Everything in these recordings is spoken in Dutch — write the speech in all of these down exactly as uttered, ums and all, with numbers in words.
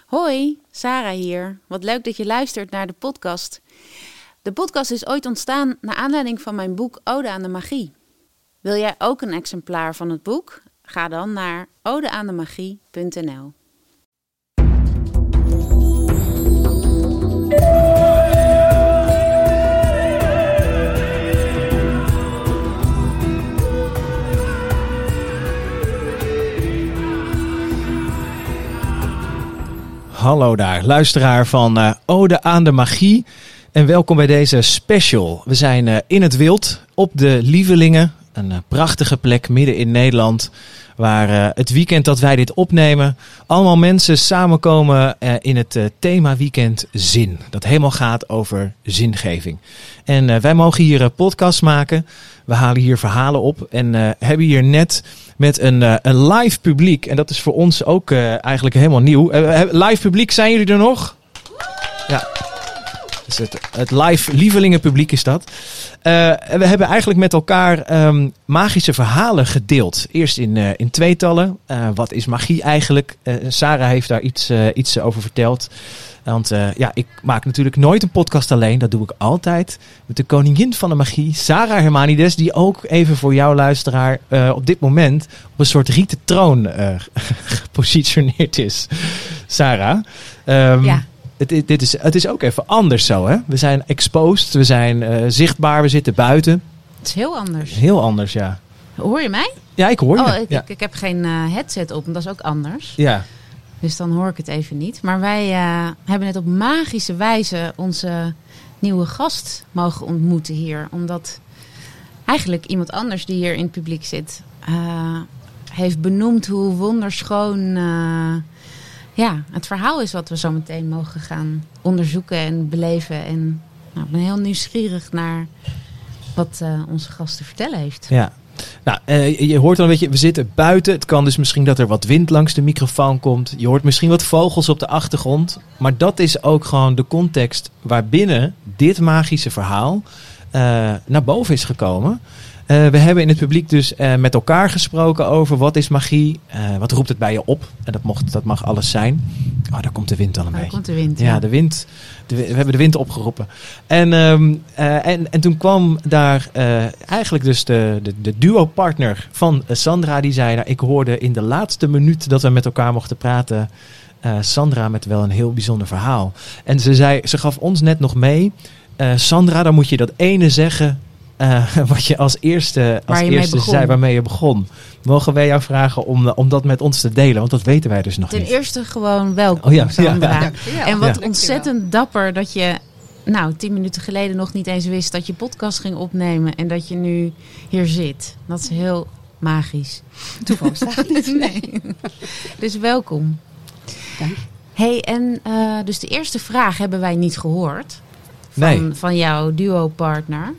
Hoi, Sarah hier. Wat leuk dat je luistert naar de podcast. De podcast is ooit ontstaan naar aanleiding van mijn boek Ode aan de Magie. Wil jij ook een exemplaar van het boek? Ga dan naar ode aan de magie punt n l. Hallo daar, luisteraar van uh, Ode aan de Magie en welkom bij deze special. We zijn uh, in het wild op de Lievelingen, een uh, prachtige plek midden in Nederland, waar uh, het weekend dat wij dit opnemen allemaal mensen samenkomen uh, in het uh, thema weekend Zin. Dat helemaal gaat over zingeving. En uh, wij mogen hier een podcast maken, we halen hier verhalen op en uh, hebben hier net met een, uh, een live publiek. En dat is voor ons ook uh, eigenlijk helemaal nieuw. Uh, live publiek, zijn jullie er nog? Ja. Dus het, het live lievelingenpubliek is dat. Uh, we hebben eigenlijk met elkaar um, magische verhalen gedeeld. Eerst in, uh, in tweetallen. Uh, wat is magie eigenlijk? Uh, Sarah heeft daar iets, uh, iets over verteld. Want uh, ja, ik maak natuurlijk nooit een podcast alleen. Dat doe ik altijd met de koningin van de magie, Sarah Hermanides. Die ook even voor jouw luisteraar uh, op dit moment op een soort rieten troon uh, gepositioneerd is. Sarah. Um, ja. Het, dit is, het is ook even anders zo, hè? We zijn exposed, we zijn uh, zichtbaar, we zitten buiten. Het is heel anders. Heel anders, ja. Hoor je mij? Ja, ik hoor je. Oh, ik, ja. ik, ik heb geen uh, headset op en dat is ook anders. Ja. Dus dan hoor ik het even niet. Maar wij uh, hebben net op magische wijze onze nieuwe gast mogen ontmoeten hier. Omdat eigenlijk iemand anders die hier in het publiek zit uh, heeft benoemd hoe wonderschoon uh, ja, het verhaal is wat we zo meteen mogen gaan onderzoeken en beleven. En nou, ik ben heel nieuwsgierig naar wat uh, onze gast te vertellen heeft. Ja. Nou, uh, je hoort al een beetje, we zitten buiten. Het kan dus misschien dat er wat wind langs de microfoon komt. Je hoort misschien wat vogels op de achtergrond. Maar dat is ook gewoon de context waarbinnen dit magische verhaal uh, naar boven is gekomen. Uh, we hebben in het publiek dus uh, met elkaar gesproken over wat is magie. Uh, wat roept het bij je op? En dat, mocht, dat mag alles zijn. Oh, daar komt de wind al een oh, beetje. Daar komt de wind, ja. Ja, de wind. De, we hebben de wind opgeroepen. En, um, uh, en, en toen kwam daar uh, eigenlijk dus de, de, de duo-partner van uh, Sandra. Die zei, nou, ik hoorde in de laatste minuut dat we met elkaar mochten praten, Uh, Sandra met wel een heel bijzonder verhaal. En ze zei, ze gaf ons net nog mee, Uh, Sandra, dan moet je dat ene zeggen Uh, wat je als eerste, als je eerste zei waarmee je begon. Mogen wij jou vragen om, om dat met ons te delen? Want dat weten wij dus nog Ten niet. Ten eerste gewoon welkom, oh ja, Sandra. Ja, ja. En wat ja. ontzettend dapper dat je nou tien minuten geleden nog niet eens wist dat je podcast ging opnemen en dat je nu hier zit. Dat is heel magisch. Toeval staat niet. Nee. Dus welkom. Dank. Hey, en uh, dus de eerste vraag hebben wij niet gehoord. Van, nee. van jouw duo-partner.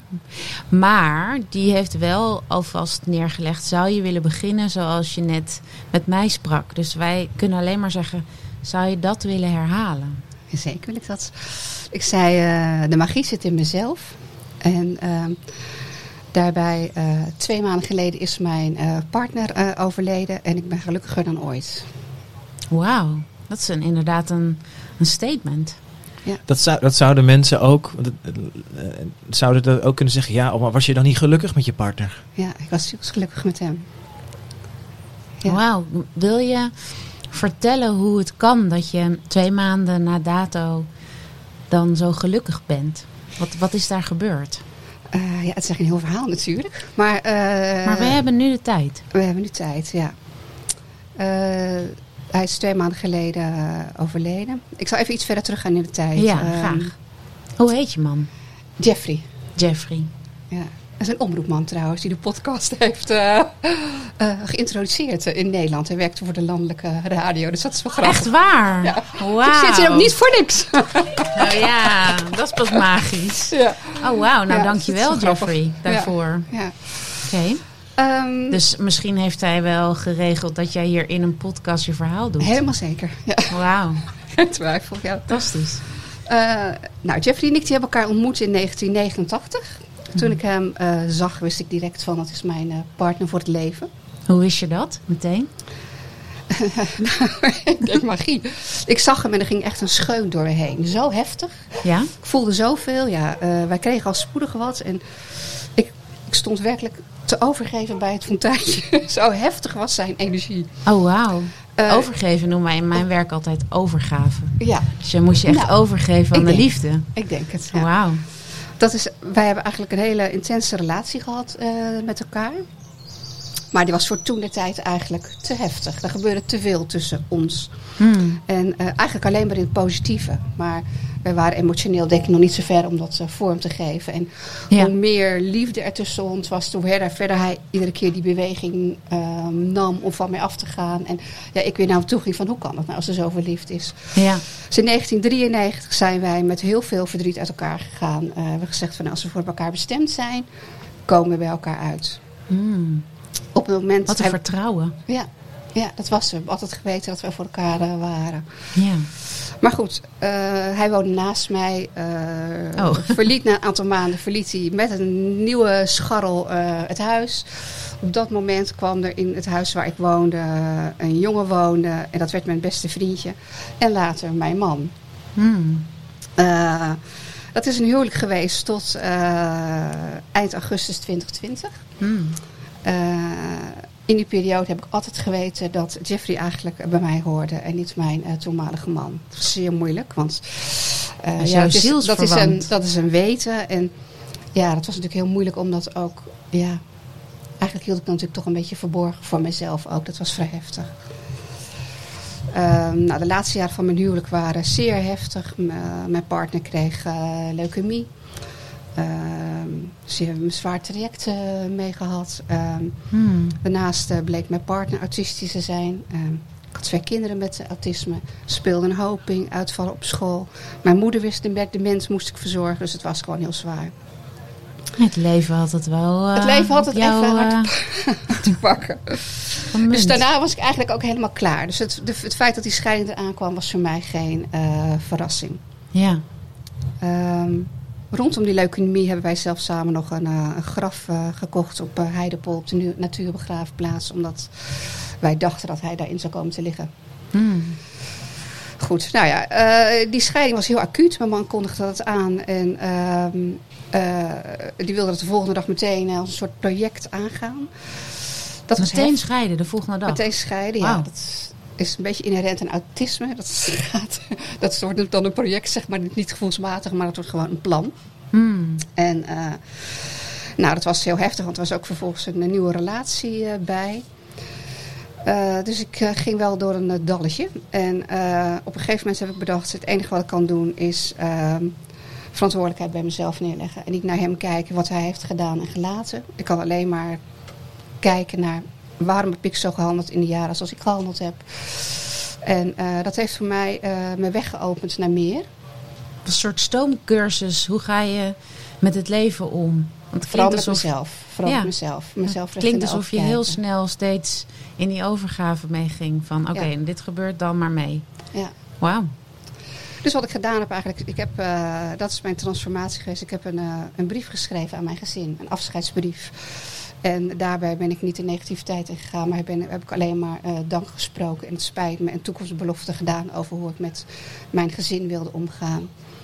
Maar die heeft wel alvast neergelegd. Zou je willen beginnen zoals je net met mij sprak? Dus wij kunnen alleen maar zeggen, zou je dat willen herhalen? Zeker wil ik dat. Ik zei, uh, de magie zit in mezelf. En uh, daarbij, uh, twee maanden geleden is mijn uh, partner uh, overleden. En ik ben gelukkiger dan ooit. Wauw, dat is een, inderdaad een, een statement. Ja. Dat, zou, dat zouden mensen ook, uh, zouden dat ook kunnen zeggen, ja, maar was je dan niet gelukkig met je partner? Ja, ik was gelukkig met hem. Ja. Wauw, wil je vertellen hoe het kan dat je twee maanden na dato dan zo gelukkig bent? Wat, wat is daar gebeurd? Uh, ja, het is echt een heel verhaal natuurlijk. Maar, uh, maar we hebben nu de tijd. We hebben nu tijd, ja. Uh, Hij is twee maanden geleden uh, overleden. Ik zal even iets verder teruggaan in de tijd. Ja, uh, graag. Hoe heet je man? Jeffrey. Jeffrey. Ja. Dat is een omroepman trouwens die de podcast heeft uh, uh, geïntroduceerd in Nederland. Hij werkte voor de landelijke radio, dus dat is wel grappig. Echt waar? Ja. Wauw. Ik zit hier ook niet voor niks. Nou ja, dat is pas magisch. Ja. Oh wauw, nou ja, dankjewel Jeffrey daarvoor. Ja. Ja. Oké. Okay. Um, dus misschien heeft hij wel geregeld dat jij hier in een podcast je verhaal doet. Helemaal zeker. Ja. Wauw. Geen twijfel, ja. Fantastisch. Uh, nou, Jeffrey en ik die hebben elkaar ontmoet in negentien negenentachtig. Toen ik hem uh, zag, wist ik direct van, dat is mijn uh, partner voor het leven. Hoe wist je dat meteen? nou, ik denk magie. Ik zag hem en er ging echt een scheun door me heen. Zo heftig. Ja? Ik voelde zoveel. Ja, uh, wij kregen al spoedig wat. En ik, ik stond werkelijk te overgeven bij het fonteintje. Zo heftig was zijn energie. Oh, wauw. Uh, overgeven noemen wij in mijn werk altijd overgave. Ja. Dus je moest je echt nou, overgeven aan de denk, liefde. Ik denk het. Ja. Wauw. Dat is, wij hebben eigenlijk een hele intense relatie gehad uh, met elkaar. Maar die was voor toen de tijd eigenlijk te heftig. Er gebeurde te veel tussen ons. Hmm. En uh, eigenlijk alleen maar in het positieve. Maar wij waren emotioneel denk ik nog niet zo ver om dat uh, vorm te geven. En ja. hoe meer liefde er tussen ons was, hoe verder, verder hij iedere keer die beweging uh, nam om van mij af te gaan. En ja, ik weer naar hem toe ging van hoe kan dat nou als er zo verliefd is. Ja. Dus in negentien drieënnegentig zijn wij met heel veel verdriet uit elkaar gegaan. Uh, we hebben gezegd van als we voor elkaar bestemd zijn, komen we bij elkaar uit. Hmm. Op het moment Wat een hij, vertrouwen. Ja, ja, dat was. We hebben altijd geweten dat we voor elkaar uh, waren. Ja. Maar goed, uh, hij woonde naast mij. Uh, oh. Verliet na een aantal maanden verliet hij met een nieuwe scharrel uh, het huis. Op dat moment kwam er in het huis waar ik woonde uh, een jongen woonde. En dat werd mijn beste vriendje. En later mijn man. Hmm. Uh, dat is een huwelijk geweest tot uh, eind augustus twintig twintig. Hmm. Uh, in die periode heb ik altijd geweten dat Jeffrey eigenlijk bij mij hoorde en niet mijn uh, toenmalige man. Dat was zeer moeilijk, want uh, dat, ja, dat, is, dat, is een, dat is een weten. En ja, dat was natuurlijk heel moeilijk omdat ook, ja, eigenlijk hield ik natuurlijk toch een beetje verborgen voor mezelf ook. Dat was vrij heftig. Uh, nou, de laatste jaren van mijn huwelijk waren zeer heftig. M- uh, mijn partner kreeg uh, leukemie. Uh, ze hebben een zwaar traject uh, mee gehad. Uh, hmm. Daarnaast uh, bleek mijn partner autistisch te zijn. Uh, ik had twee kinderen met autisme. Speelde een hoping, uitvallen op school. Mijn moeder wist de dement, moest ik verzorgen. Dus het was gewoon heel zwaar. Het leven had het wel uh, Het leven had het jou, even hard uh, te pakken. Dus daarna was ik eigenlijk ook helemaal klaar. Dus het, de, het feit dat die scheiding eraan kwam was voor mij geen uh, verrassing. Ja. Um, Rondom die leukemie hebben wij zelf samen nog een, uh, een graf uh, gekocht op uh, Heidepol, op de nu- natuurbegraafplaats. Omdat wij dachten dat hij daarin zou komen te liggen. Hmm. Goed, nou ja, uh, die scheiding was heel acuut. Mijn man kondigde dat aan en uh, uh, die wilde dat de volgende dag meteen uh, als een soort project aangaan. Dat was meteen heftig. scheiden, de volgende dag? Meteen scheiden, wow. ja. Dat is een beetje inherent aan autisme. Dat, gaat, dat wordt dan een project, zeg maar, niet gevoelsmatig, maar dat wordt gewoon een plan. Hmm. En uh, nou, dat was heel heftig, want er was ook vervolgens een, een nieuwe relatie uh, bij. Uh, dus ik uh, ging wel door een uh, dalletje. En uh, op een gegeven moment heb ik bedacht, het enige wat ik kan doen is uh, verantwoordelijkheid bij mezelf neerleggen. En niet naar hem kijken wat hij heeft gedaan en gelaten. Ik kan alleen maar kijken naar waarom heb ik zo gehandeld in de jaren zoals ik gehandeld heb. En uh, dat heeft voor mij uh, mijn weg geopend naar meer. Een soort stoomcursus. Hoe ga je met het leven om? Want het Vooral met alsof... mezelf. Vooral ja. met mezelf. mezelf het klinkt alsof je kijken. heel snel steeds in die overgave meeging. Van oké, okay, ja. dit gebeurt dan maar mee. Ja. Wauw. Dus wat ik gedaan heb eigenlijk, ik heb, uh, dat is mijn transformatie geweest. Ik heb een, uh, een brief geschreven aan mijn gezin. Een afscheidsbrief. En daarbij ben ik niet de negativiteit in gegaan. Maar ben, heb ik alleen maar uh, dank gesproken. En het spijt me. En toekomstbeloften gedaan over hoe ik met mijn gezin wilde omgaan.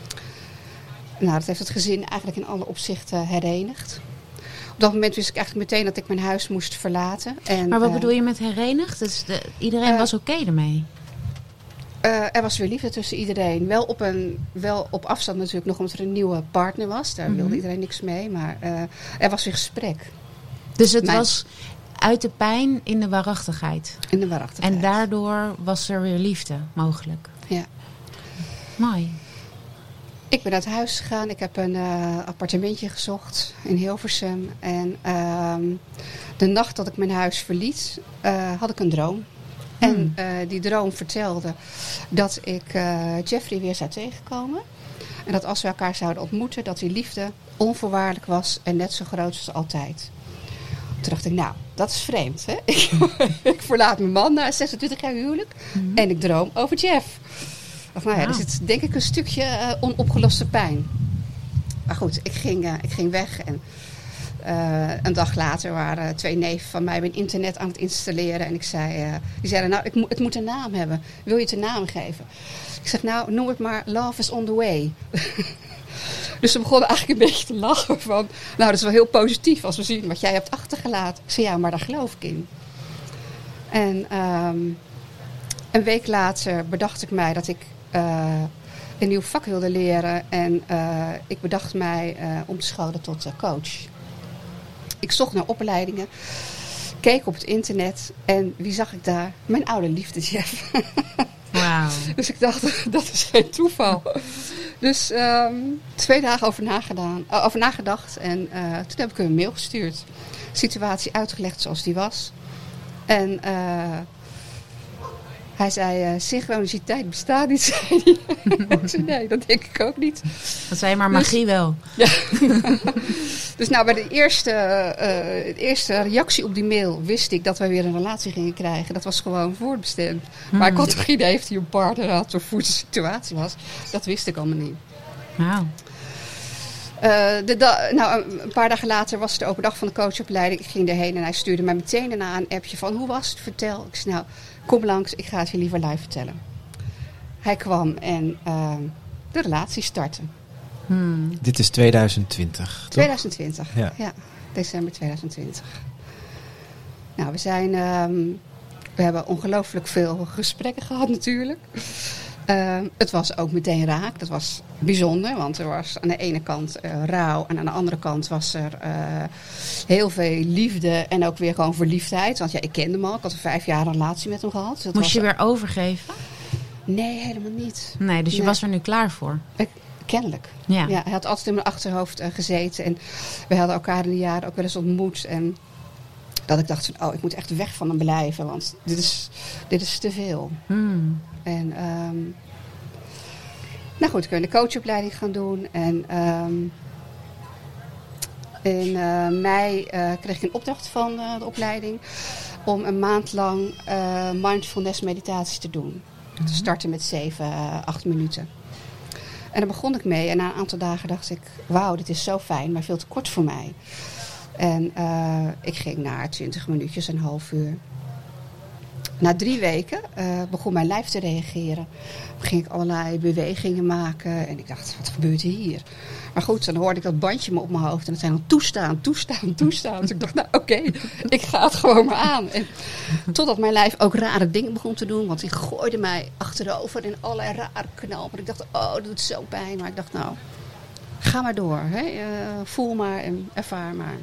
Nou, dat heeft het gezin eigenlijk in alle opzichten herenigd. Op dat moment wist ik eigenlijk meteen dat ik mijn huis moest verlaten. En, maar wat uh, bedoel je met herenigd? Dus de, iedereen uh, was oké okay ermee? Uh, er was weer liefde tussen iedereen. Wel op, een, wel op afstand natuurlijk nog omdat er een nieuwe partner was. Daar mm-hmm. wilde iedereen niks mee. Maar uh, er was weer gesprek. Dus het mijn... was uit de pijn in de waarachtigheid? In de waarachtigheid. En daardoor was er weer liefde mogelijk? Ja. Mooi. Ik ben uit huis gegaan. Ik heb een uh, appartementje gezocht in Hilversum. En uh, de nacht dat ik mijn huis verliet, uh, had ik een droom. Hmm. En uh, die droom vertelde dat ik uh, Jeffrey weer zou tegenkomen. En dat als we elkaar zouden ontmoeten, dat die liefde onvoorwaardelijk was en net zo groot als altijd. Toen dacht ik, nou, dat is vreemd. Hè? ik, ik verlaat mijn man na zesentwintig jaar huwelijk hmm. en ik droom over Jeff. Of nou ja, wow. Er zit denk ik een stukje uh, onopgeloste pijn. Maar goed, ik ging, uh, ik ging weg en uh, een dag later waren twee neven van mij mijn internet aan het installeren. En ik zei, uh, die zeiden, nou, ik mo- het moet een naam hebben. Wil je het een naam geven? Ik zeg, nou, noem het maar Love is on the way. Dus ze begonnen eigenlijk een beetje te lachen van, nou, dat is wel heel positief als we zien wat jij hebt achtergelaten. Ik zei, ja, maar daar geloof ik in. En um, een week later bedacht ik mij dat ik uh, een nieuw vak wilde leren. En uh, ik bedacht mij uh, om te scholen tot uh, coach. Ik zocht naar opleidingen, keek op het internet en wie zag ik daar? Mijn oude liefde, Jeff. Wauw. Dus ik dacht, dat is geen toeval. Dus um, twee dagen over, nagedaan, uh, over nagedacht en uh, toen heb ik hem een mail gestuurd. Situatie uitgelegd zoals die was. En uh, hij zei, uh, synchroniciteit bestaat niet, zei hij. Ik zei, nee, dat denk ik ook niet. Dat zei maar magie dus, wel. Ja. Dus nou, bij de eerste, uh, de eerste reactie op die mail wist ik dat wij weer een relatie gingen krijgen. Dat was gewoon voorbestemd. Hmm. Maar ik had toch idee of hij een partner had of hoe de situatie was. Dat wist ik allemaal niet. Wauw. Uh, de da- nou, een paar dagen later was het de open dag van de coachopleiding. Ik ging erheen en hij stuurde mij meteen daarna een appje van, hoe was het? Vertel. Ik zei, nou, kom langs, ik ga het je liever live vertellen. Hij kwam en uh, de relatie startte. Hmm. Dit is tweeduizend twintig, toch? tweeduizend twintig, ja. ja. December tweeduizend twintig. Nou, we zijn... Um, we hebben ongelooflijk veel gesprekken gehad natuurlijk. Uh, het was ook meteen raak. Dat was bijzonder, want er was aan de ene kant uh, rouw en aan de andere kant was er uh, heel veel liefde en ook weer gewoon verliefdheid. Want ja, ik kende hem al. Ik had een vijf jaar relatie met hem gehad. Dat Moest was, je weer overgeven? Nee, helemaal niet. Nee, dus je nee. was er nu klaar voor? Ik, kennelijk. Ja. Ja, hij had altijd in mijn achterhoofd uh, gezeten en we hadden elkaar in de jaren ook wel eens ontmoet en dat ik dacht van, oh, ik moet echt weg van hem blijven, want dit is, dit is te veel. Hmm. En um, nou goed, ik ben de coachopleiding gaan doen. En um, in uh, mei uh, kreeg ik een opdracht van uh, de opleiding om een maand lang uh, mindfulness meditatie te doen. Mm-hmm. Te starten met zeven, uh, acht minuten. En daar begon ik mee. En na een aantal dagen dacht ik, wauw, dit is zo fijn, maar veel te kort voor mij. En uh, ik ging naar twintig minuutjes, een half uur. Na drie weken uh, begon mijn lijf te reageren. Ging ik allerlei bewegingen maken. En ik dacht, wat gebeurt er hier? Maar goed, dan hoorde ik dat bandje me op mijn hoofd. En dat zei dan toestaan, toestaan, toestaan. Dus ik dacht, nou oké, okay, ik ga het gewoon maar aan. En totdat mijn lijf ook rare dingen begon te doen. Want die gooide mij achterover in allerlei rare knalpen. Ik dacht, oh, dat doet zo pijn. Maar ik dacht, nou, ga maar door. Hè? Uh, voel maar en ervaar maar.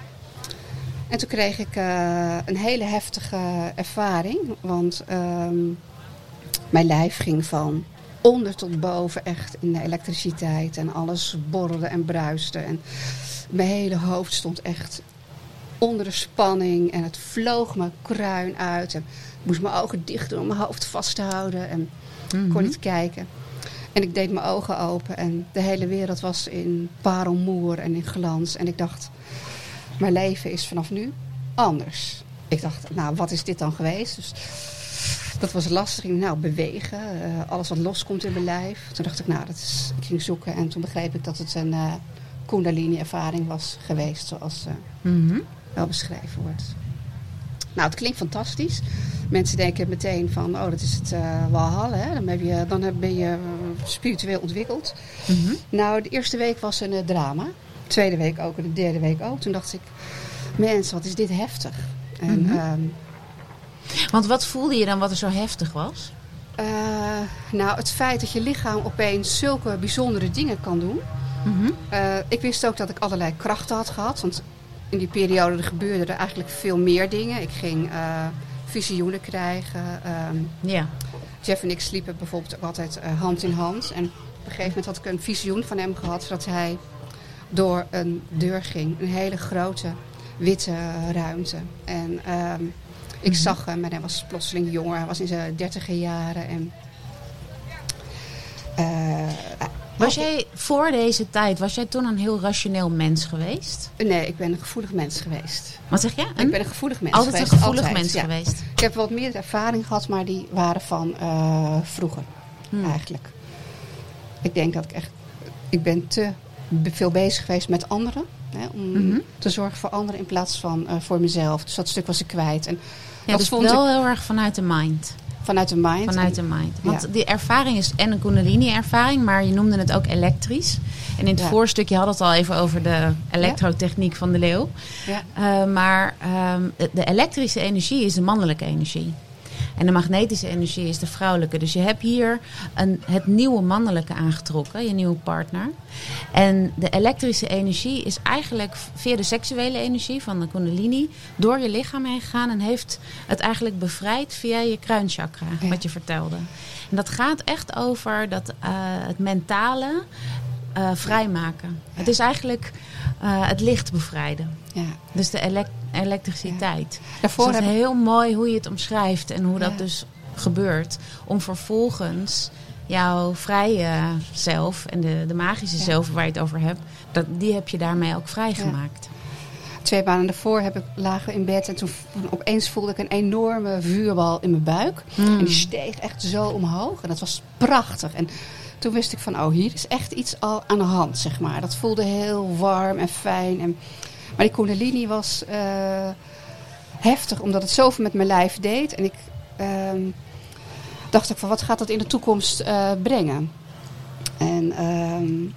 En toen kreeg ik uh, een hele heftige ervaring. Want um, mijn lijf ging van onder tot boven echt in de elektriciteit. En alles borrelde en bruiste. En mijn hele hoofd stond echt onder de spanning. En het vloog mijn kruin uit. En ik moest mijn ogen dicht doen om mijn hoofd vast te houden. En mm-hmm. ik kon niet kijken. En ik deed mijn ogen open. En de hele wereld was in parelmoer en in glans. En ik dacht, mijn leven is vanaf nu anders. Ik dacht, nou, wat is dit dan geweest? Dus dat was lastig. Ik ging nou bewegen. Uh, alles wat loskomt in mijn lijf. Toen dacht ik, nou, dat is, ik ging zoeken. En toen begreep ik dat het een uh, Kundalini-ervaring was geweest. Zoals uh, mm-hmm. wel beschreven wordt. Nou, het klinkt fantastisch. Mensen denken meteen van, oh, dat is het uh, Walhalla. Hè? Dan, heb je, dan ben je spiritueel ontwikkeld. Mm-hmm. Nou, de eerste week was een uh, drama. De tweede week ook en de derde week ook. Toen dacht ik, mensen, wat is dit heftig. En, mm-hmm. um, Want wat voelde je dan wat er zo heftig was? Uh, nou, het feit dat je lichaam opeens zulke bijzondere dingen kan doen. Mm-hmm. Uh, ik wist ook dat ik allerlei krachten had gehad. Want in die periode gebeurde er eigenlijk veel meer dingen. Ik ging uh, visioenen krijgen. Um, ja. Jeff en ik sliepen bijvoorbeeld ook altijd uh, hand in hand. En op een gegeven moment had ik een visioen van hem gehad. Dat hij door een deur ging. Een hele grote witte ruimte. En um, ik mm-hmm. zag hem en hij was plotseling jonger. Hij was in zijn dertiger jaren. En, uh, was jij voor deze tijd, was jij toen een heel rationeel mens geweest? Nee, ik ben een gevoelig mens geweest. Wat zeg je? Een? Ik ben een gevoelig mens Altijd geweest. een gevoelig Altijd, mens ja. geweest. Ik heb wat meer ervaring gehad, maar die waren van uh, vroeger hmm. eigenlijk. Ik denk dat ik echt... Ik ben te veel bezig geweest met anderen. Hè, om Mm-hmm. te zorgen voor anderen in plaats van uh, voor mezelf. Dus dat stuk was ik kwijt. En Ja, dat dus vond wel ik heel erg vanuit de mind. vanuit de mind. Vanuit en, de mind. Want Ja. die ervaring is en een kundalini-ervaring, maar je noemde het ook elektrisch. En in het Ja. voorstukje had het al even over de elektrotechniek van de leeuw. Ja. Uh, maar um, de, de elektrische energie is de mannelijke energie. En de magnetische energie is de vrouwelijke. Dus je hebt hier een, het nieuwe mannelijke aangetrokken, je nieuwe partner. En de elektrische energie is eigenlijk via de seksuele energie van de kundalini door je lichaam heen gegaan en heeft het eigenlijk bevrijd via je kruinchakra, Ja. wat je vertelde. En dat gaat echt over dat, uh, het mentale uh, vrijmaken. Ja. Het is eigenlijk uh, het licht bevrijden. Ja. Dus de elek- elektriciteit. Daarvoor Dus dat heb is heel mooi hoe je het omschrijft en hoe dat Ja. dus gebeurt. Om vervolgens jouw vrije zelf en de, de magische Ja. zelf waar je het over hebt, dat, die heb je daarmee ook vrijgemaakt. Twee maanden daarvoor heb ik, lagen we in bed en toen opeens voelde ik een enorme vuurbal in mijn buik. Mm. En die steeg echt zo omhoog. En dat was prachtig. En toen wist ik van, oh, hier is echt iets al aan de hand, zeg maar. Dat voelde heel warm en fijn. En, maar die kundalini was uh, heftig, omdat het zoveel met mijn lijf deed. En ik uh, dacht ik van, wat gaat dat in de toekomst uh, brengen? En uh,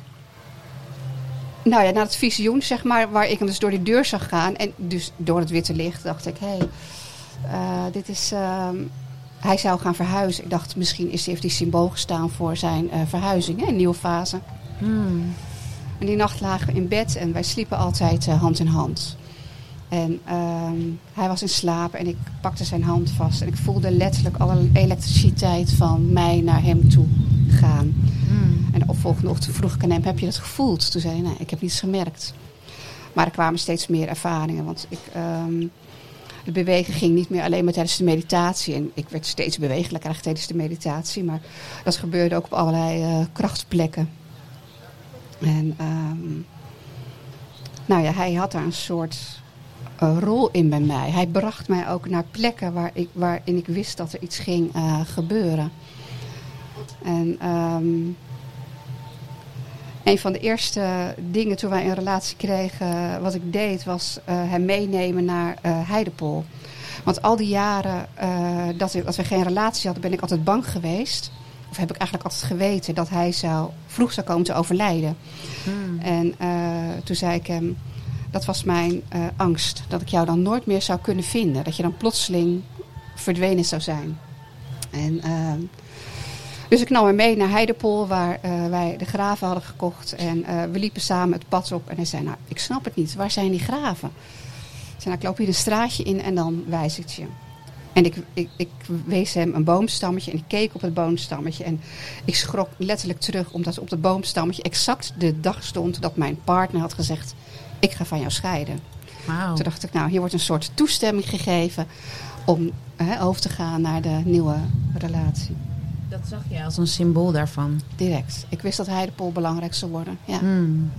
nou ja, na het visioen, zeg maar, waar ik hem dus door die deur zag gaan. En dus door het witte licht dacht ik, hé, hey, uh, dit is... Uh, hij zou gaan verhuizen. Ik dacht, misschien is, heeft hij symbool gestaan voor zijn uh, verhuizing, hè, een nieuwe fase. Hmm. En die nacht lagen we in bed en wij sliepen altijd uh, hand in hand. En uh, hij was in slaap en ik pakte zijn hand vast. En ik voelde letterlijk alle elektriciteit van mij naar hem toe gaan. Hmm. En de opvolgende ochtend vroeg ik aan hem, heb je dat gevoeld? Toen zei hij, nee, ik heb niets gemerkt. Maar er kwamen steeds meer ervaringen. Want ik, um, de beweging ging niet meer alleen maar tijdens de meditatie. En ik werd steeds bewegelijker eigenlijk tijdens de meditatie. Maar dat gebeurde ook op allerlei uh, krachtplekken. En um, nou ja, hij had daar een soort uh, rol in bij mij. Hij bracht mij ook naar plekken waar ik, waarin ik wist dat er iets ging uh, gebeuren. En um, een van de eerste dingen toen wij een relatie kregen, wat ik deed, was uh, hem meenemen naar uh, Heidepol. Want al die jaren uh, dat, ik, dat we geen relatie hadden, ben ik altijd bang geweest. Of heb ik eigenlijk altijd geweten dat hij zou, vroeg zou komen te overlijden. Hmm. En uh, toen zei ik hem, dat was mijn uh, angst. Dat ik jou dan nooit meer zou kunnen vinden. Dat je dan plotseling verdwenen zou zijn. En... Uh, Dus ik nam hem mee naar Heidepol, waar uh, wij de graven hadden gekocht. En uh, we liepen samen het pad op. En hij zei, nou, ik snap het niet. Waar zijn die graven? Ik zei, nou, ik loop hier een straatje in en dan wijs ik het je. En ik, ik, ik wees hem een boomstammetje en ik keek op het boomstammetje. En ik schrok letterlijk terug, omdat op het boomstammetje exact de dag stond dat mijn partner had gezegd, ik ga van jou scheiden. Wow. Toen dacht ik, nou, hier wordt een soort toestemming gegeven om uh, over te gaan naar de nieuwe relatie. Dat zag je als een symbool daarvan. Direct. Ik wist dat Heidepol belangrijk zou worden. Ja. Hmm.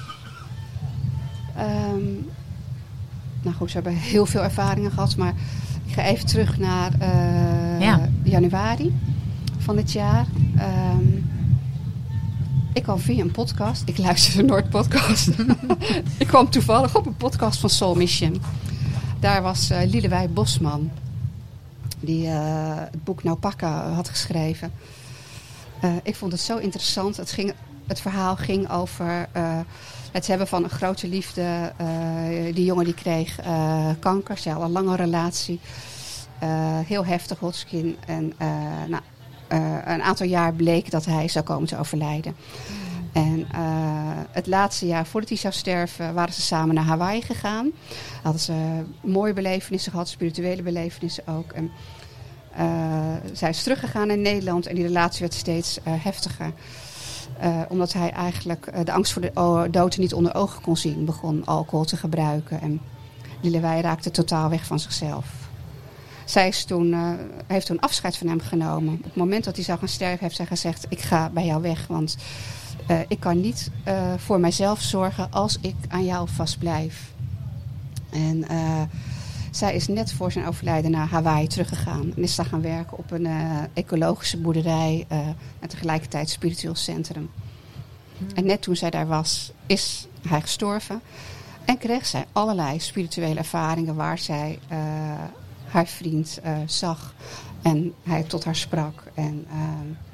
Um, nou goed, we hebben heel veel ervaringen gehad. Maar ik ga even terug naar uh, ja. januari van dit jaar. Um, ik kwam via een podcast. Ik luisterde nooit podcast. Ik kwam toevallig op een podcast van Soul Mission. Daar was uh, Lielewij Bosman. Die uh, het boek Naupaka had geschreven. Uh, ik vond het zo interessant. Het, ging, het verhaal ging over uh, het hebben van een grote liefde. Uh, die jongen die kreeg uh, kanker. Ze had een lange relatie. Uh, heel heftig, Hodgkin. En uh, nou, uh, een aantal jaar bleek dat hij zou komen te overlijden. En uh, het laatste jaar voordat hij zou sterven waren ze samen naar Hawaii gegaan. Hadden ze mooie belevenissen gehad, spirituele belevenissen ook. En uh, zij is teruggegaan in Nederland en die relatie werd steeds uh, heftiger. Uh, omdat hij eigenlijk uh, de angst voor de o- dood niet onder ogen kon zien. Begon alcohol te gebruiken en Lielewij raakte totaal weg van zichzelf. Zij is toen, uh, heeft toen afscheid van hem genomen. Op het moment dat hij zou gaan sterven heeft zij gezegd, ik ga bij jou weg, want Uh, ik kan niet uh, voor mijzelf zorgen als ik aan jou vast blijf. En uh, zij is net voor zijn overlijden naar Hawaii teruggegaan. En is daar gaan werken op een uh, ecologische boerderij. Uh, en tegelijkertijd spiritueel centrum. Hmm. En net toen zij daar was, is hij gestorven. En kreeg zij allerlei spirituele ervaringen waar zij uh, haar vriend uh, zag en hij tot haar sprak. En uh,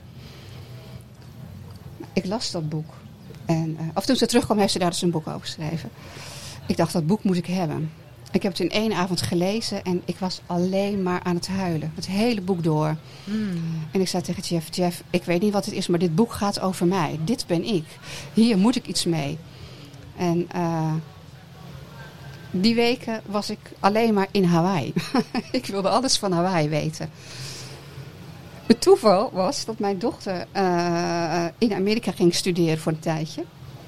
ik las dat boek. En uh, of toen ze terugkwam, heeft ze daar dus een boek over geschreven. Ik dacht, dat boek moet ik hebben. Ik heb het in één avond gelezen en ik was alleen maar aan het huilen. Het hele boek door. Mm. En ik zei tegen Jeff, Jeff, ik weet niet wat het is, maar dit boek gaat over mij. Dit ben ik. Hier moet ik iets mee. En uh, die weken was ik alleen maar in Hawaii. Ik wilde alles van Hawaii weten. Het toeval was dat mijn dochter uh, in Amerika ging studeren voor een tijdje.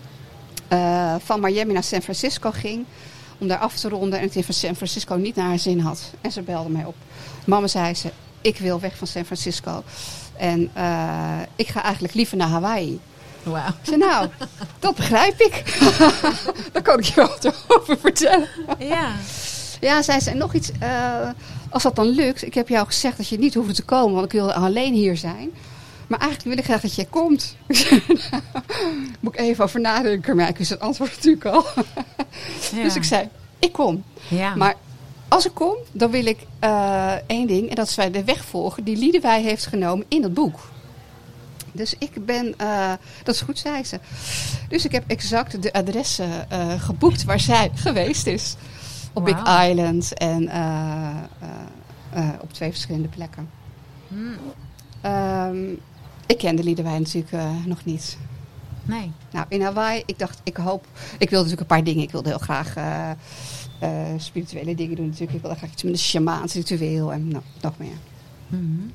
Uh, van Miami naar San Francisco ging. Om daar af te ronden en het in San Francisco niet naar haar zin had. En ze belde mij op. Mama, zei ze, ik wil weg van San Francisco. En uh, ik ga eigenlijk liever naar Hawaii. Wow. Ik zei, nou, dat begrijp ik. Daar kan ik je wel wat over vertellen. Ja. Ja, zei ze, en nog iets. Uh, als dat dan lukt. Ik heb jou gezegd dat je niet hoeft te komen. Want ik wil alleen hier zijn. Maar eigenlijk wil ik graag dat jij komt. Moet ik even over nadenken. Maar ik wist het antwoord natuurlijk al. Ja. Dus ik zei, ik kom. Ja. Maar als ik kom, dan wil ik uh, één ding. En dat is wij de weg volgen die Liedewij heeft genomen in het boek. Dus ik ben, uh, dat is goed, zei ze. Dus ik heb exact de adressen uh, geboekt waar zij geweest is. Op wow. Big Island en uh, uh, uh, op twee verschillende plekken. Hmm. Um, ik kende Liedewij natuurlijk uh, nog niet. Nee. Nou, in Hawaii, ik dacht, ik hoop... Ik wilde natuurlijk een paar dingen. Ik wilde heel graag uh, uh, spirituele dingen doen natuurlijk. Ik wilde graag iets met een shamaans ritueel en nou, nog meer. Mm-hmm.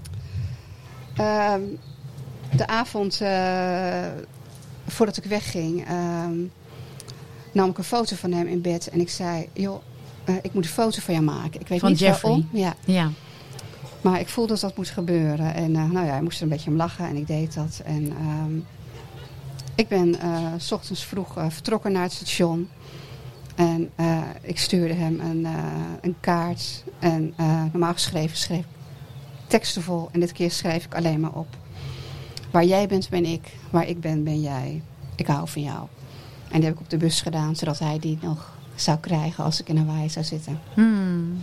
Um, de avond uh, voordat ik wegging, um, nam ik een foto van hem in bed. En ik zei, joh, uh, ik moet een foto van jou maken. Ik weet van niet Jeffrey. waarom. Ja. Ja. Maar ik voelde dat dat moest gebeuren. En uh, nou ja, hij moest er een beetje om lachen en ik deed dat. En um, ik ben uh, 's ochtends vroeg uh, vertrokken naar het station. En uh, ik stuurde hem een, uh, een kaart. En uh, normaal geschreven schreef ik teksten vol. En dit keer schreef ik alleen maar op. Waar jij bent, ben ik. Waar ik ben, ben jij. Ik hou van jou. En die heb ik op de bus gedaan, zodat hij die nog zou krijgen als ik in Hawaii zou zitten. Hmm.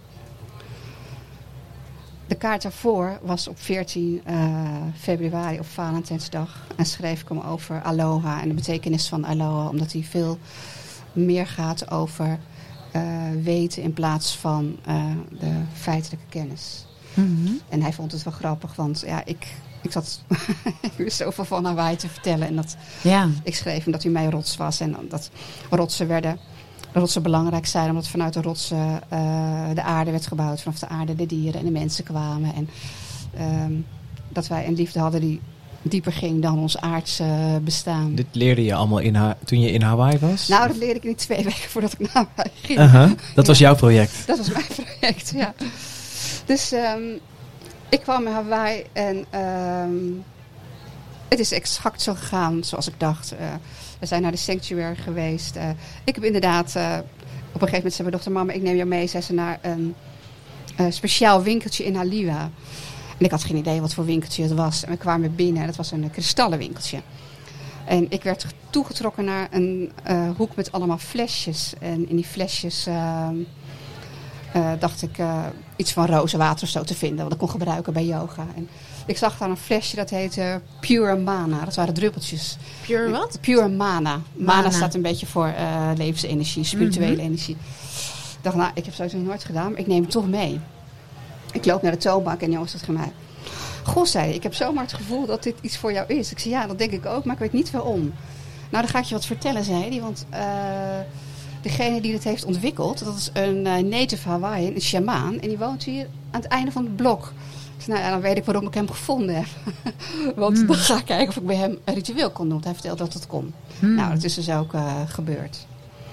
De kaart daarvoor was op veertien februari op Valentijnsdag. En schreef ik hem over aloha en de betekenis van aloha. Omdat hij veel meer gaat over uh, weten in plaats van uh, de feitelijke kennis. Mm-hmm. En hij vond het wel grappig, want ja, ik, ik zat ik wist zoveel van Hawaii te vertellen. En dat, ja. Ik schreef hem dat hij mij rots was en dat rotsen werden... rotsen belangrijk zijn, omdat vanuit de rotsen uh, de aarde werd gebouwd. Vanaf de aarde de dieren en de mensen kwamen. En um, dat wij een liefde hadden die dieper ging dan ons aardse uh, bestaan. Dit leerde je allemaal in ha- toen je in Hawaii was? Nou, dat leerde ik niet twee weken voordat ik naar Hawaii ging. Uh-huh. Dat was ja. jouw project? Dat was mijn project, ja. Dus um, ik kwam in Hawaii en um, het is exact zo gegaan zoals ik dacht. Uh, We zijn naar de sanctuary geweest. Uh, ik heb inderdaad... Uh, op een gegeven moment zei mijn dochter... Mama, ik neem jou mee. Zei ze naar een uh, speciaal winkeltje in Aliwa. En ik had geen idee wat voor winkeltje het was. En we kwamen binnen. En het was een uh, kristallenwinkeltje. En ik werd toegetrokken naar een uh, hoek met allemaal flesjes. En in die flesjes... Uh, uh, dacht ik uh, iets van rozenwater of zo te vinden. Wat ik kon gebruiken bij yoga. En ik zag daar een flesje dat heette Pure Mana. Dat waren druppeltjes. Pure wat? Pure Mana. Mana, Mana staat een beetje voor uh, levensenergie, spirituele mm-hmm. energie. Ik dacht, nou, ik heb zoiets nog nooit gedaan, maar ik neem het toch mee. Ik loop naar de toonbank en jongens, dat ging mij. Goh, zei hij, ik heb zomaar het gevoel dat dit iets voor jou is. Ik zei, ja, dat denk ik ook, maar ik weet niet waarom. Nou, dan ga ik je wat vertellen, zei hij. Want uh, degene die dit heeft ontwikkeld, dat is een uh, native Hawaiian, een shamaan. En die woont hier aan het einde van het blok. Dus nou ja, dan weet ik waarom ik hem gevonden heb. Want mm. dan ga ik kijken of ik bij hem een ritueel kon doen. Want hij vertelde dat dat kon. Mm. Nou, dat is dus ook uh, gebeurd.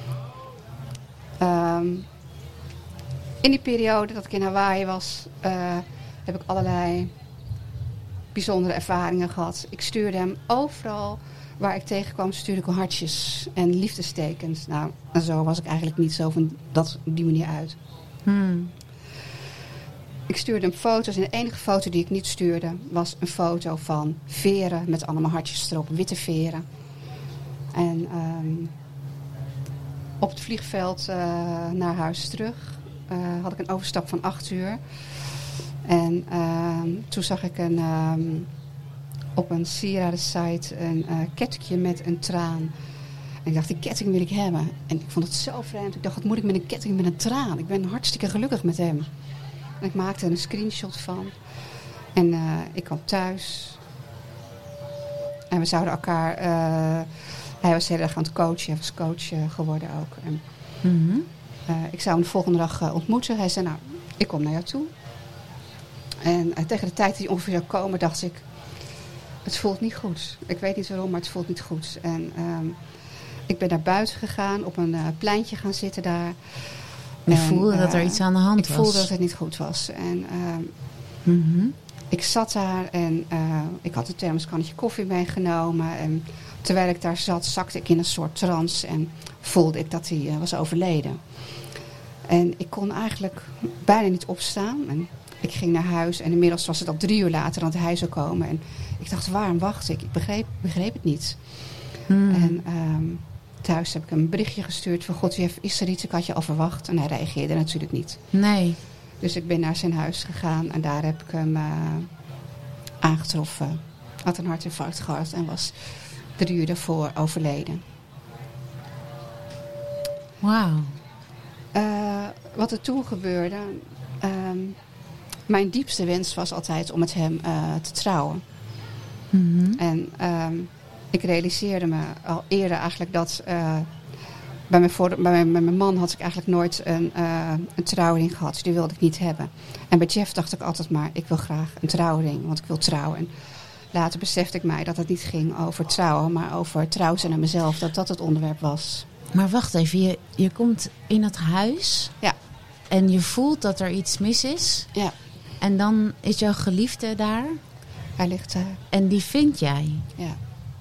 Um, in die periode dat ik in Hawaii was, uh, heb ik allerlei bijzondere ervaringen gehad. Ik stuurde hem overal waar ik tegenkwam, stuurde ik hartjes en liefdestekens. Nou, en zo was ik eigenlijk niet zo van dat, op die manier uit. Mm. Ik stuurde hem foto's en de enige foto die ik niet stuurde was een foto van veren met allemaal hartjes erop, witte veren. En um, op het vliegveld uh, naar huis terug uh, had ik een overstap van acht uur. En uh, toen zag ik een, um, op een sierradensite een uh, kettingje met een traan. En ik dacht, die ketting wil ik hebben. En ik vond het zo vreemd. Ik dacht, wat moet ik met een ketting met een traan? Ik ben hartstikke gelukkig met hem. En ik maakte er een screenshot van. En uh, ik kwam thuis. En we zouden elkaar... Uh, hij was heel erg aan het coachen. Hij was coach uh, geworden ook. En, Mm-hmm. uh, ik zou hem de volgende dag uh, ontmoeten. Hij zei, nou, ik kom naar jou toe. En uh, tegen de tijd dat hij ongeveer zou komen, dacht ik... Het voelt niet goed. Ik weet niet waarom, maar het voelt niet goed. En um, ik ben naar buiten gegaan, op een uh, pleintje gaan zitten daar. Je en, voelde uh, dat er iets aan de hand ik was? Ik voelde dat het niet goed was. En um, Mm-hmm. ik zat daar en uh, ik had een thermoskannetje koffie meegenomen. En terwijl ik daar zat, zakte ik in een soort trance en voelde ik dat hij uh, was overleden. En ik kon eigenlijk bijna niet opstaan. En ik ging naar huis en inmiddels was het al drie uur later dat hij zou komen. En ik dacht, waarom wacht ik? Ik begreep, begreep het niet. Mm. En um, thuis heb ik een berichtje gestuurd van, God, Jeff, is er iets? Ik had je al verwacht. En hij reageerde natuurlijk niet. Nee. Dus ik ben naar zijn huis gegaan en daar heb ik hem uh, aangetroffen. Had een hartinfarct gehad en was drie uur daarvoor overleden. Wauw. Uh, wat er toen gebeurde... Um, mijn diepste wens was altijd om met hem uh, te trouwen. Mm-hmm. En um, ik realiseerde me al eerder eigenlijk dat... Uh, bij, mijn voor, bij, mijn, bij mijn man had ik eigenlijk nooit een, uh, een trouwring gehad. Dus die wilde ik niet hebben. En bij Jeff dacht ik altijd maar, ik wil graag een trouwring. Want ik wil trouwen. En later besefte ik mij dat het niet ging over trouwen. Maar over trouw zijn aan mezelf. Dat dat het onderwerp was. Maar wacht even, je, je komt in het huis. Ja. En je voelt dat er iets mis is. Ja. En dan is jouw geliefde daar. Hij ligt daar. En die vind jij. Ja.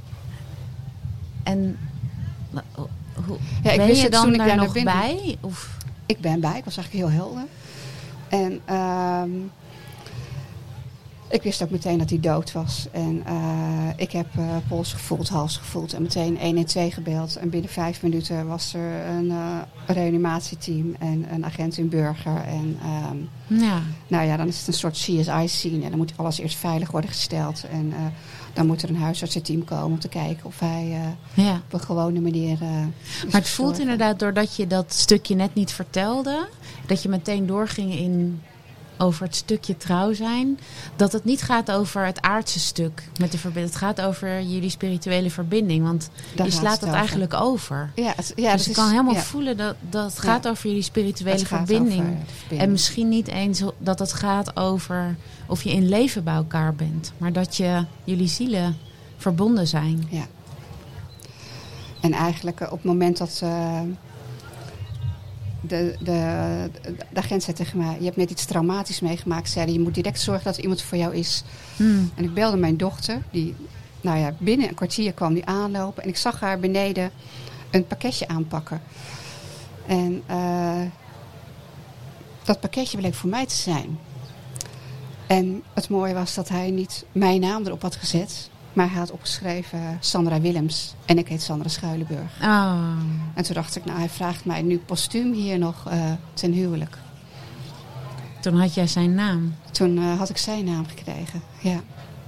En hoe, Ja, ik ben wist je het dan toen ik daar daar naar nog binnen- bij? Of? Ik ben bij. Ik was eigenlijk heel helder. En um, ik wist ook meteen dat hij dood was. En uh, ik heb uh, pols gevoeld, hals gevoeld. En meteen honderdtwaalf gebeld. En binnen vijf minuten was er een uh, reanimatieteam. En een agent in Burger. En um, Ja. nou ja, dan is het een soort C S I-scene. En dan moet alles eerst veilig worden gesteld. En uh, dan moet er een huisartsenteam komen om te kijken of hij uh, Ja. op een gewone manier uh, Maar het voelt inderdaad, doordat je dat stukje net niet vertelde, dat je meteen doorging in over het stukje trouw zijn, dat het niet gaat over het aardse stuk met de verbinding. Het gaat over jullie spirituele verbinding, want Daar je gaat slaat het dat over. eigenlijk over. Ja, het, ja, dus dat je kan is- helemaal ja, voelen dat, dat het Ja. gaat over jullie spirituele het gaat verbinding. over de verbinding. En misschien niet eens dat het gaat over of je in leven bij elkaar bent, maar dat je jullie zielen verbonden zijn. Ja. En eigenlijk uh, op het moment dat uh, de, de, de agent zei tegen mij, je hebt net iets traumatisch meegemaakt, zei hij, je moet direct zorgen dat er iemand voor jou is. Hmm. En ik belde mijn dochter, die nou ja, binnen een kwartier kwam die aanlopen en ik zag haar beneden een pakketje aanpakken. En uh, dat pakketje bleek voor mij te zijn. En het mooie was dat hij niet mijn naam erop had gezet, maar hij had opgeschreven Sandra Willems. En ik heet Sandra Schuilenburg. Oh. En toen dacht ik, nou, hij vraagt mij nu postuum hier nog uh, ten huwelijk. Toen had jij zijn naam. Toen uh, had ik zijn naam gekregen, ja.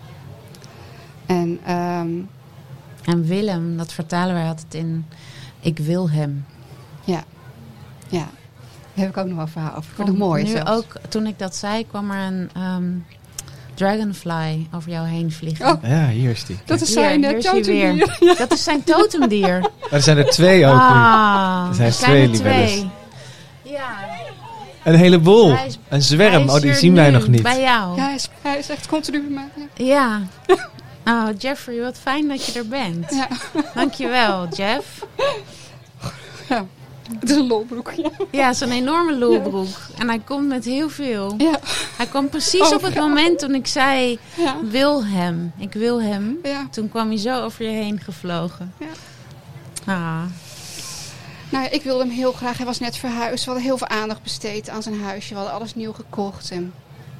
En um, En Willem, dat vertalen wij altijd in ik wil hem. ja, ja. Daar heb ik ook nog wel een verhaal over. Ik vind het Vond mooi nu zelfs. ook, toen ik dat zei, kwam er een um, dragonfly over jou heen vliegen. Oh. Ja, hier is die. Dat is Hier, zijn hier uh, is hij totemdier. weer. Ja. Dat is zijn totemdier. Maar er zijn er twee ook nu. Ah, Er zijn er twee er libelles. twee. Ja. Een heleboel. Hij is- Een zwerm. Hij is Oh, die hier zien wij nu nog niet. Bij jou. Ja, hij is, hij is echt continu bij mij. Ja. Ja. Oh, Jeffrey, wat fijn dat je er bent. Ja. Dankjewel, Jeff. Ja. Het is een lolbroek. Ja. Ja, zo'n enorme lolbroek. En hij komt met heel veel. Ja. Hij kwam precies Oh, op het ja. moment toen ik zei, Ja. wil hem. Ik wil hem. Ja. Toen kwam hij zo over je heen gevlogen. Ja. Ah. Nou ja, ik wilde hem heel graag. Hij was net verhuisd. We hadden heel veel aandacht besteed aan zijn huisje. We hadden alles nieuw gekocht. En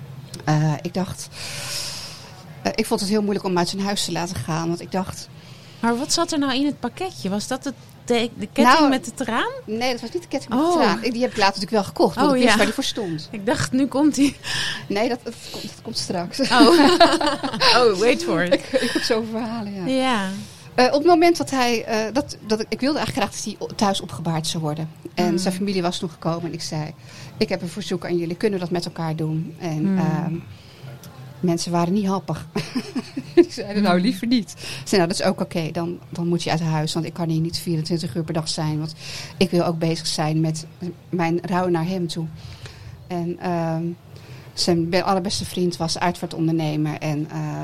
uh, ik dacht... Uh, ik vond het heel moeilijk om hem uit zijn huis te laten gaan. Want ik dacht... Maar wat zat er nou in het pakketje? Was dat het, de, de ketting Nou, met het traan? Nee, dat was niet de ketting met Oh. de traan. Ik- Die heb ik later natuurlijk wel gekocht, want Oh, ik wist ja. waar die voor stond. Ik dacht, nu komt hij. Nee, dat, dat, komt, dat komt straks. Oh, oh wait for it. ik, ik heb zoveel verhalen, ja. Ja. Uh, op het moment dat hij... Uh, dat, dat ik, ik wilde eigenlijk graag dat hij thuis opgebaard zou worden. En Mm. zijn familie was toen gekomen en ik zei... Ik heb een verzoek aan jullie, kunnen we dat met elkaar doen? En Mm. uh, mensen waren niet happig. Die zeiden, nou liever niet. Ik zei, nou dat is ook oké, okay. dan, dan moet je uit huis. Want ik kan hier niet vierentwintig uur per dag zijn. Want ik wil ook bezig zijn met mijn rouw naar hem toe. En uh, zijn allerbeste vriend was uitvaartondernemer. En... Uh,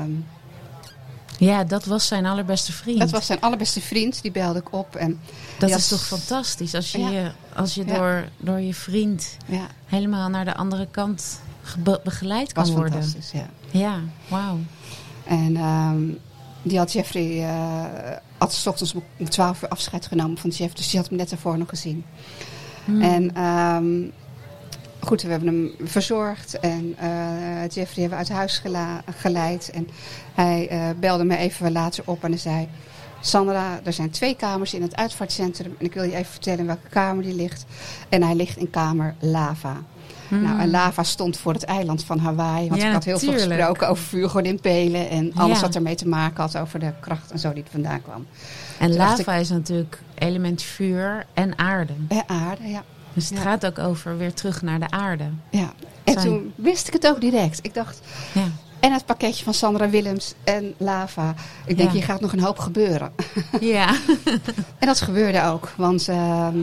Ja, dat was zijn allerbeste vriend. Dat was zijn allerbeste vriend, die belde ik op. En dat die is had- toch fantastisch als je, Ja. je, als je Ja. door, door je vriend Ja, helemaal naar de andere kant gebe- begeleid kan was worden. fantastisch, ja. Ja, wauw. En um, die had Jeffrey, uh, had 's ochtends om twaalf uur afscheid genomen van Jeff. Dus die had hem net daarvoor nog gezien. Hmm. En um, goed, we hebben hem verzorgd. En uh, Jeffrey hebben we uit huis gela- geleid. En hij uh, belde me even later op en hij zei... Sandra, er zijn twee kamers in het uitvaartcentrum. En ik wil je even vertellen in welke kamer die ligt. En hij ligt in kamer Lava. Hmm. Nou, en Lava stond voor het eiland van Hawaii. Want Ja, ik had heel veel natuurlijk. gesproken over vuurgodimpelen. En alles Ja. wat ermee te maken had over de kracht en zo die er vandaan kwam. En Toen dacht lava is natuurlijk element vuur en aarde. En aarde, ja. Dus het Ja. gaat ook over weer terug naar de aarde. ja. En Zijn- toen wist ik het ook direct. Ik dacht, Ja. en het pakketje van Sandra Willems en Lava. Ik denk, Ja. hier gaat nog een hoop gebeuren. Ja. En dat gebeurde ook. Want ehm,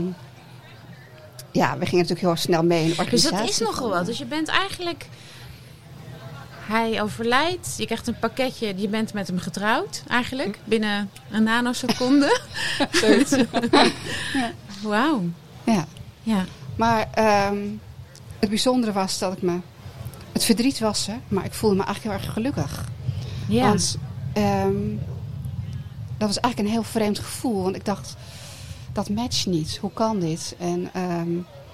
ja, we gingen natuurlijk heel erg snel mee in de Dus organisatie. dat is nogal wat. Dus je bent eigenlijk... Hij overlijdt. Je krijgt een pakketje. Je bent met hem getrouwd eigenlijk. Binnen een nanoseconde. Wauw. Ja. Ja. Maar ehm, het bijzondere was dat ik me... Het verdriet was er, maar ik voelde me eigenlijk heel erg gelukkig. Ja. Want ehm, dat was eigenlijk een heel vreemd gevoel. Want ik dacht, dat matcht niet. Hoe kan dit? En, ehm,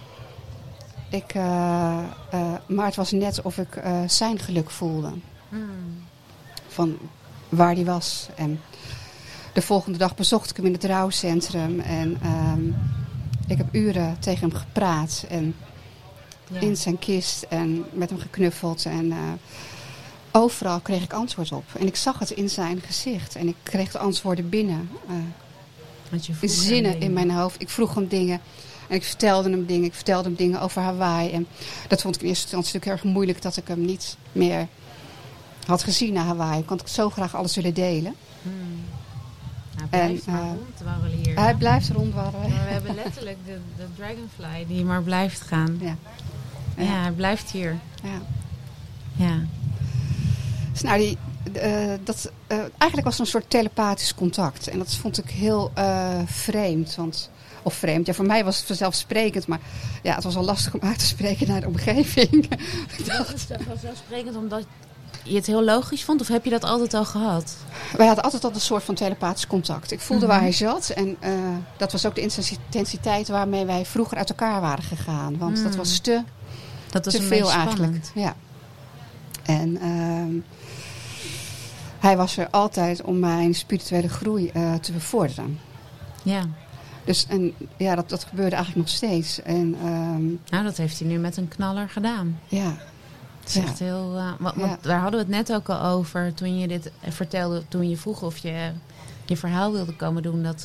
ik, uh, uh, maar het was net of ik uh, zijn geluk voelde. Hmm. Van waar die was. En de volgende dag bezocht ik hem in het rouwcentrum. En um, ik heb uren tegen hem gepraat. En Ja. in zijn kist en met hem geknuffeld. En uh, overal kreeg ik antwoord op. En ik zag het in zijn gezicht. En ik kreeg de antwoorden binnen. Uh, Want je vroeg hem zinnen dingen. in mijn hoofd. Ik vroeg hem dingen. En ik vertelde hem dingen. Ik vertelde hem dingen over Hawaii. En dat vond ik in eerste instantie natuurlijk erg moeilijk. Dat ik hem niet meer had gezien naar Hawaii. Ik had zo graag alles willen delen. Hmm. Hij blijft En, maar uh, rondwarrelen hier. Hij hè? blijft rondwarrelen. Maar we hebben letterlijk de, de dragonfly die maar blijft gaan. Ja. Ja, Ja. hij blijft hier. Ja. Ja. Dus nou, die, uh, dat, uh, eigenlijk was het een soort telepathisch contact. En dat vond ik heel uh, vreemd. Want, of vreemd, ja, voor mij was het vanzelfsprekend. Maar ja, het was wel lastig om uit te spreken naar de omgeving. Dat is vanzelfsprekend omdat je het heel logisch vond? Of heb je dat altijd al gehad? Wij hadden altijd al een soort van telepathisch contact. Ik voelde Mhm. waar hij zat. En uh, dat was ook de intensiteit waarmee wij vroeger uit elkaar waren gegaan. Want Mm. dat was te, Dat was te een veel beetje eigenlijk. spannend. Ja. En uh, hij was er altijd om mijn spirituele groei uh, te bevorderen. Ja. Dus en, ja, dat, dat gebeurde eigenlijk nog steeds. En um, Nou, dat heeft hij nu met een knaller gedaan. ja, Het is Ja. echt heel... Uh, want, Ja. want daar hadden we het net ook al over toen je dit vertelde. Toen je vroeg of je je verhaal wilde komen doen. Dat,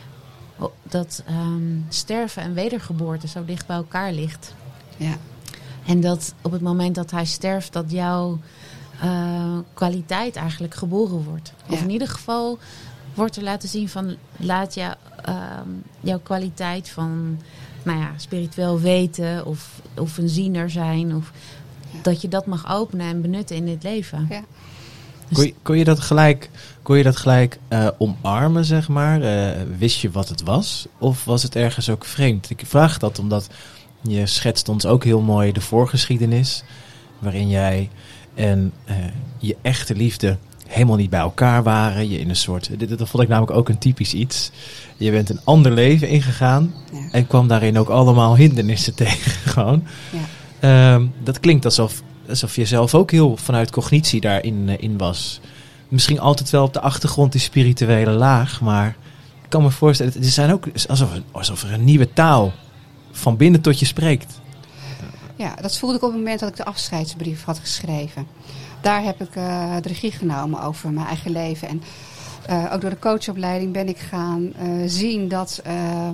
dat um, sterven en wedergeboorte zo dicht bij elkaar ligt. ja, En dat op het moment dat hij sterft, dat jouw uh, kwaliteit eigenlijk geboren wordt. Of Ja. in ieder geval wordt er laten zien van, laat jou, uh, jouw kwaliteit van, nou ja, spiritueel weten of, of een ziener zijn. Of Ja. dat je dat mag openen en benutten in dit leven. ja. Kon je, kon je dat gelijk, kon je dat gelijk uh, omarmen, zeg maar? Uh, wist je wat het was? Of was het ergens ook vreemd? Ik vraag dat omdat je schetst ons ook heel mooi de voorgeschiedenis. Waarin jij en uh, je echte liefde helemaal niet bij elkaar waren. Je in een soort, dit, dat vond ik namelijk ook een typisch iets. Je bent een ander leven ingegaan. Ja. En kwam daarin ook allemaal hindernissen tegen. Gewoon. Ja. Um, dat klinkt alsof, alsof je zelf ook heel vanuit cognitie daarin uh, in was. misschien altijd wel op de achtergrond die spirituele laag. Maar ik kan me voorstellen, er zijn ook alsof, alsof er een nieuwe taal van binnen tot je spreekt. Ja, dat voelde ik op het moment dat ik de afscheidsbrief had geschreven. Daar heb ik uh, de regie genomen over mijn eigen leven. En uh, ook door de coachopleiding ben ik gaan uh, zien dat uh,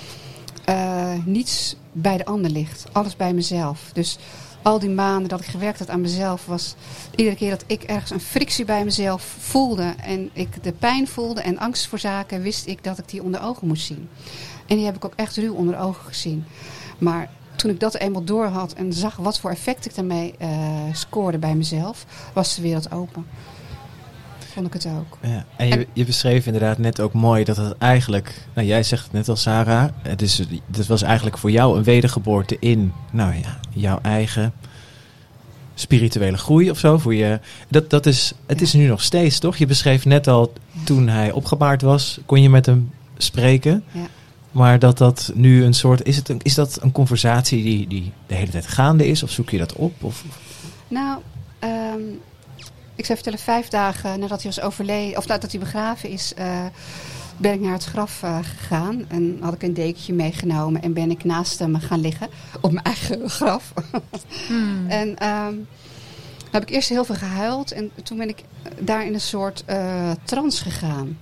uh, niets bij de ander ligt. Alles bij mezelf. Dus al die maanden dat ik gewerkt had aan mezelf was iedere keer dat ik ergens een frictie bij mezelf voelde. En ik de pijn voelde en angst voor zaken, wist ik dat ik die onder ogen moest zien. En die heb ik ook echt ruw onder ogen gezien. Maar toen ik dat eenmaal door had en zag wat voor effect ik daarmee uh, scoorde bij mezelf, was de wereld open. Vond ik het ook. Ja, en je, je beschreef inderdaad net ook mooi dat het eigenlijk, nou jij zegt het net al Sarah, het is, dit was eigenlijk voor jou een wedergeboorte in, nou ja, jouw eigen spirituele groei of zo. Voor je, dat, dat is, het ja. is nu nog steeds, toch? Je beschreef net al, toen hij opgebaard was, kon je met hem spreken. Ja. Maar dat dat nu een soort, is, het een, is dat een conversatie die, die de hele tijd gaande is? Of zoek je dat op? Of? Nou, um, ik zou vertellen, vijf dagen nadat hij was overleden, of nadat hij begraven is, uh, ben ik naar het graf uh, gegaan. En had ik een dekentje meegenomen en ben ik naast hem gaan liggen op mijn eigen graf. Hmm. En um, heb ik eerst heel veel gehuild en toen ben ik daar in een soort uh, trance gegaan.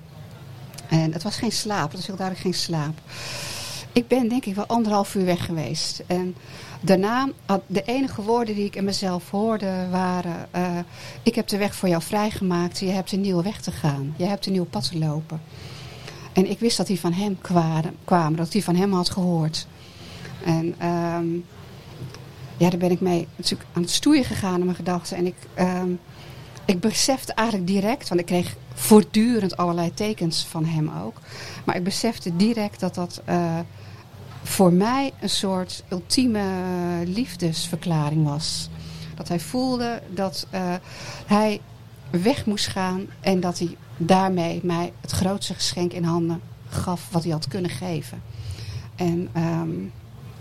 En het was geen slaap, het was heel duidelijk geen slaap. Ik ben denk ik wel anderhalf uur weg geweest. En daarna, had de enige woorden die ik in mezelf hoorde waren, Uh, ik heb de weg voor jou vrijgemaakt, je hebt een nieuwe weg te gaan. Je hebt een nieuw pad te lopen. En ik wist dat die van hem kwamen, kwamen dat die van hem had gehoord. En um, ja, daar ben ik mee natuurlijk aan het stoeien gegaan in mijn gedachten. En ik, um, ik besefte eigenlijk direct, want ik kreeg voortdurend allerlei tekens van hem ook. Maar ik besefte direct dat dat uh, voor mij een soort ultieme liefdesverklaring was. Dat hij voelde dat uh, hij weg moest gaan en dat hij daarmee mij het grootste geschenk in handen gaf wat hij had kunnen geven. En um,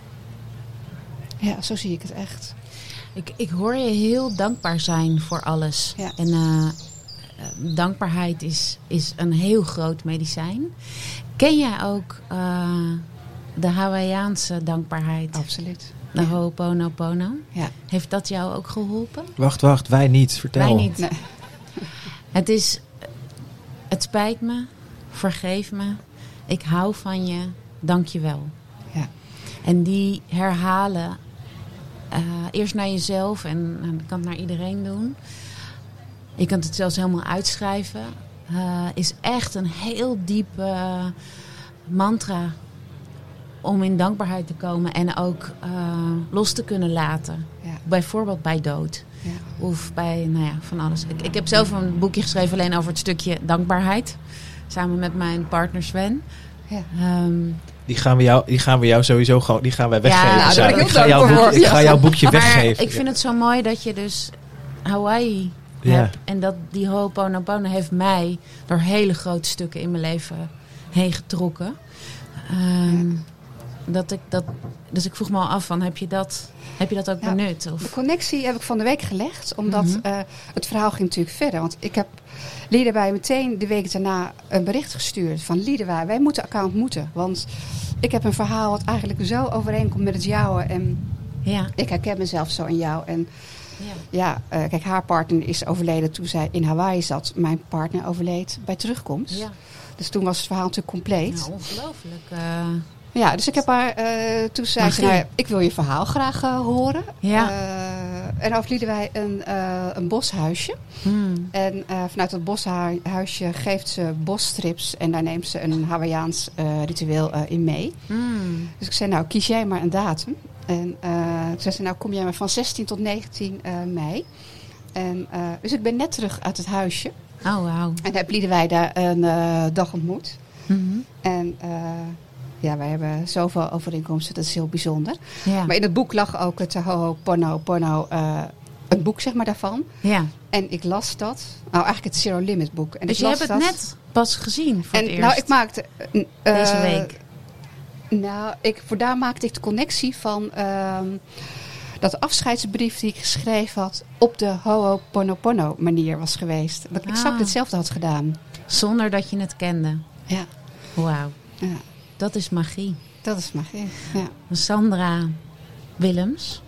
ja, zo zie ik het echt. Ik, ik hoor je heel dankbaar zijn voor alles. Ja. En uh, dankbaarheid is, is een heel groot medicijn. Ken jij ook uh, de Hawaïaanse dankbaarheid? Absoluut. De ja. Ho'oponopono? Ja. Heeft dat jou ook geholpen? Wacht, wacht, wij niet. Vertel. Wij niet. Nee. Het is, het spijt me, vergeef me, ik hou van je, dank je wel. Ja. En die herhalen, uh, eerst naar jezelf en uh, dat kan het naar iedereen doen. Je kunt het zelfs helemaal uitschrijven. Uh, is echt een heel diep uh, mantra om in dankbaarheid te komen en ook uh, los te kunnen laten. Ja. Bijvoorbeeld bij dood. Ja. Of bij, nou ja, van alles. Ik, ik heb zelf een boekje geschreven alleen over het stukje dankbaarheid. Samen met mijn partner Sven. Ja. Um, Die gaan we jou, die gaan we jou sowieso gewoon, die gaan wij weggeven. Ja, nou, daar ben ik heel ik, ga jouw dankbaar boek, voor. ik ga jouw boekje maar weggeven. ik vind het zo mooi dat je dus Hawaii Ja. hebt. En dat die Ho'oponopono heeft mij door hele grote stukken in mijn leven heen getrokken. Um, ja. dat ik dat, dus ik vroeg me al af van, heb je dat, heb je dat ook ja, benut? Of? De connectie heb ik van de week gelegd. Omdat Mm-hmm. uh, het verhaal ging natuurlijk verder. Want ik heb Liedewij meteen de week daarna een bericht gestuurd. Van Liedewij, wij moeten elkaar ontmoeten. Want ik heb een verhaal wat eigenlijk zo overeenkomt met het jouwe. En Ja. ik herken mezelf zo in jou. En Ja. ja, uh, kijk, haar partner is overleden toen zij in Hawaii zat. Mijn partner overleed bij terugkomst. Ja. Dus toen was het verhaal natuurlijk compleet. Nou, ongelooflijk. Uh, Ja, dus ik heb haar, uh, toen zei ze, nou ja, ik wil je verhaal graag uh, horen. Ja. Uh, en over wij een, uh, een boshuisje. hmm. En uh, vanuit dat boshuisje geeft ze bosstrips en daar neemt ze een Hawaïaans uh, ritueel uh, in mee. Hmm. Dus ik zei, nou kies jij maar een datum. En uh, toen zei ze, nou kom jij maar van zestien tot negentien uh, mei. En, uh, dus ik ben net terug uit het huisje. Oh, wauw. En heb Liedewij daar een uh, dag ontmoet. Mm-hmm. En uh, ja, wij hebben zoveel overeenkomsten, dat is heel bijzonder. Ja. Maar in het boek lag ook het Ho'oponopono, uh, een boek zeg maar daarvan. Ja. En ik las dat. Nou, eigenlijk het Zero Limit boek. En Dus ik je las hebt het dat. net pas gezien voor En het eerst. nou, ik maakte... Uh, Deze week. Nou, ik, voor daar maakte ik de connectie van... Uh, dat de afscheidsbrief die ik geschreven had op de Ho'oponopono manier was geweest. Dat ik Ah. exact hetzelfde had gedaan. Zonder dat je het kende. Ja, Wauw, ja, dat is magie. dat is magie. Ja. Sandra Willems.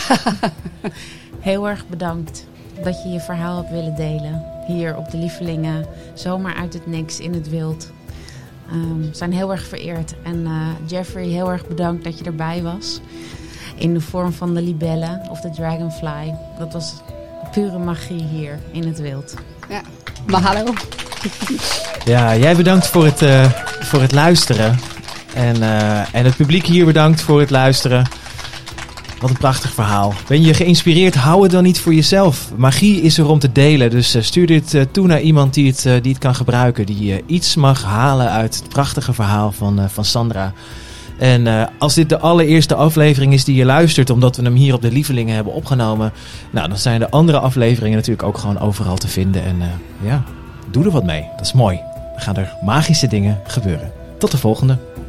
Heel erg bedankt dat je je verhaal hebt willen delen. Hier op de Lievelingen, zomaar uit het niks in het wild. Um, we zijn heel erg vereerd. En uh, Jeffrey, heel erg bedankt dat je erbij was. In de vorm van de libelle of de dragonfly. Dat was pure magie hier in het wild. Ja. Maar hallo. Ja, jij bedankt voor het, uh, voor het luisteren. En, uh, en het publiek hier bedankt voor het luisteren. Wat een prachtig verhaal. Ben je geïnspireerd? Hou het dan niet voor jezelf. Magie is er om te delen. Dus uh, stuur dit uh, toe naar iemand die het, uh, die het kan gebruiken. Die uh, iets mag halen uit het prachtige verhaal van, uh, van Sandra. En uh, als dit de allereerste aflevering is die je luistert, omdat we hem hier op de Lievelingen hebben opgenomen, nou, dan zijn de andere afleveringen natuurlijk ook gewoon overal te vinden. En uh, ja, doe er wat mee. Dat is mooi. Dan gaan er magische dingen gebeuren. Tot de volgende.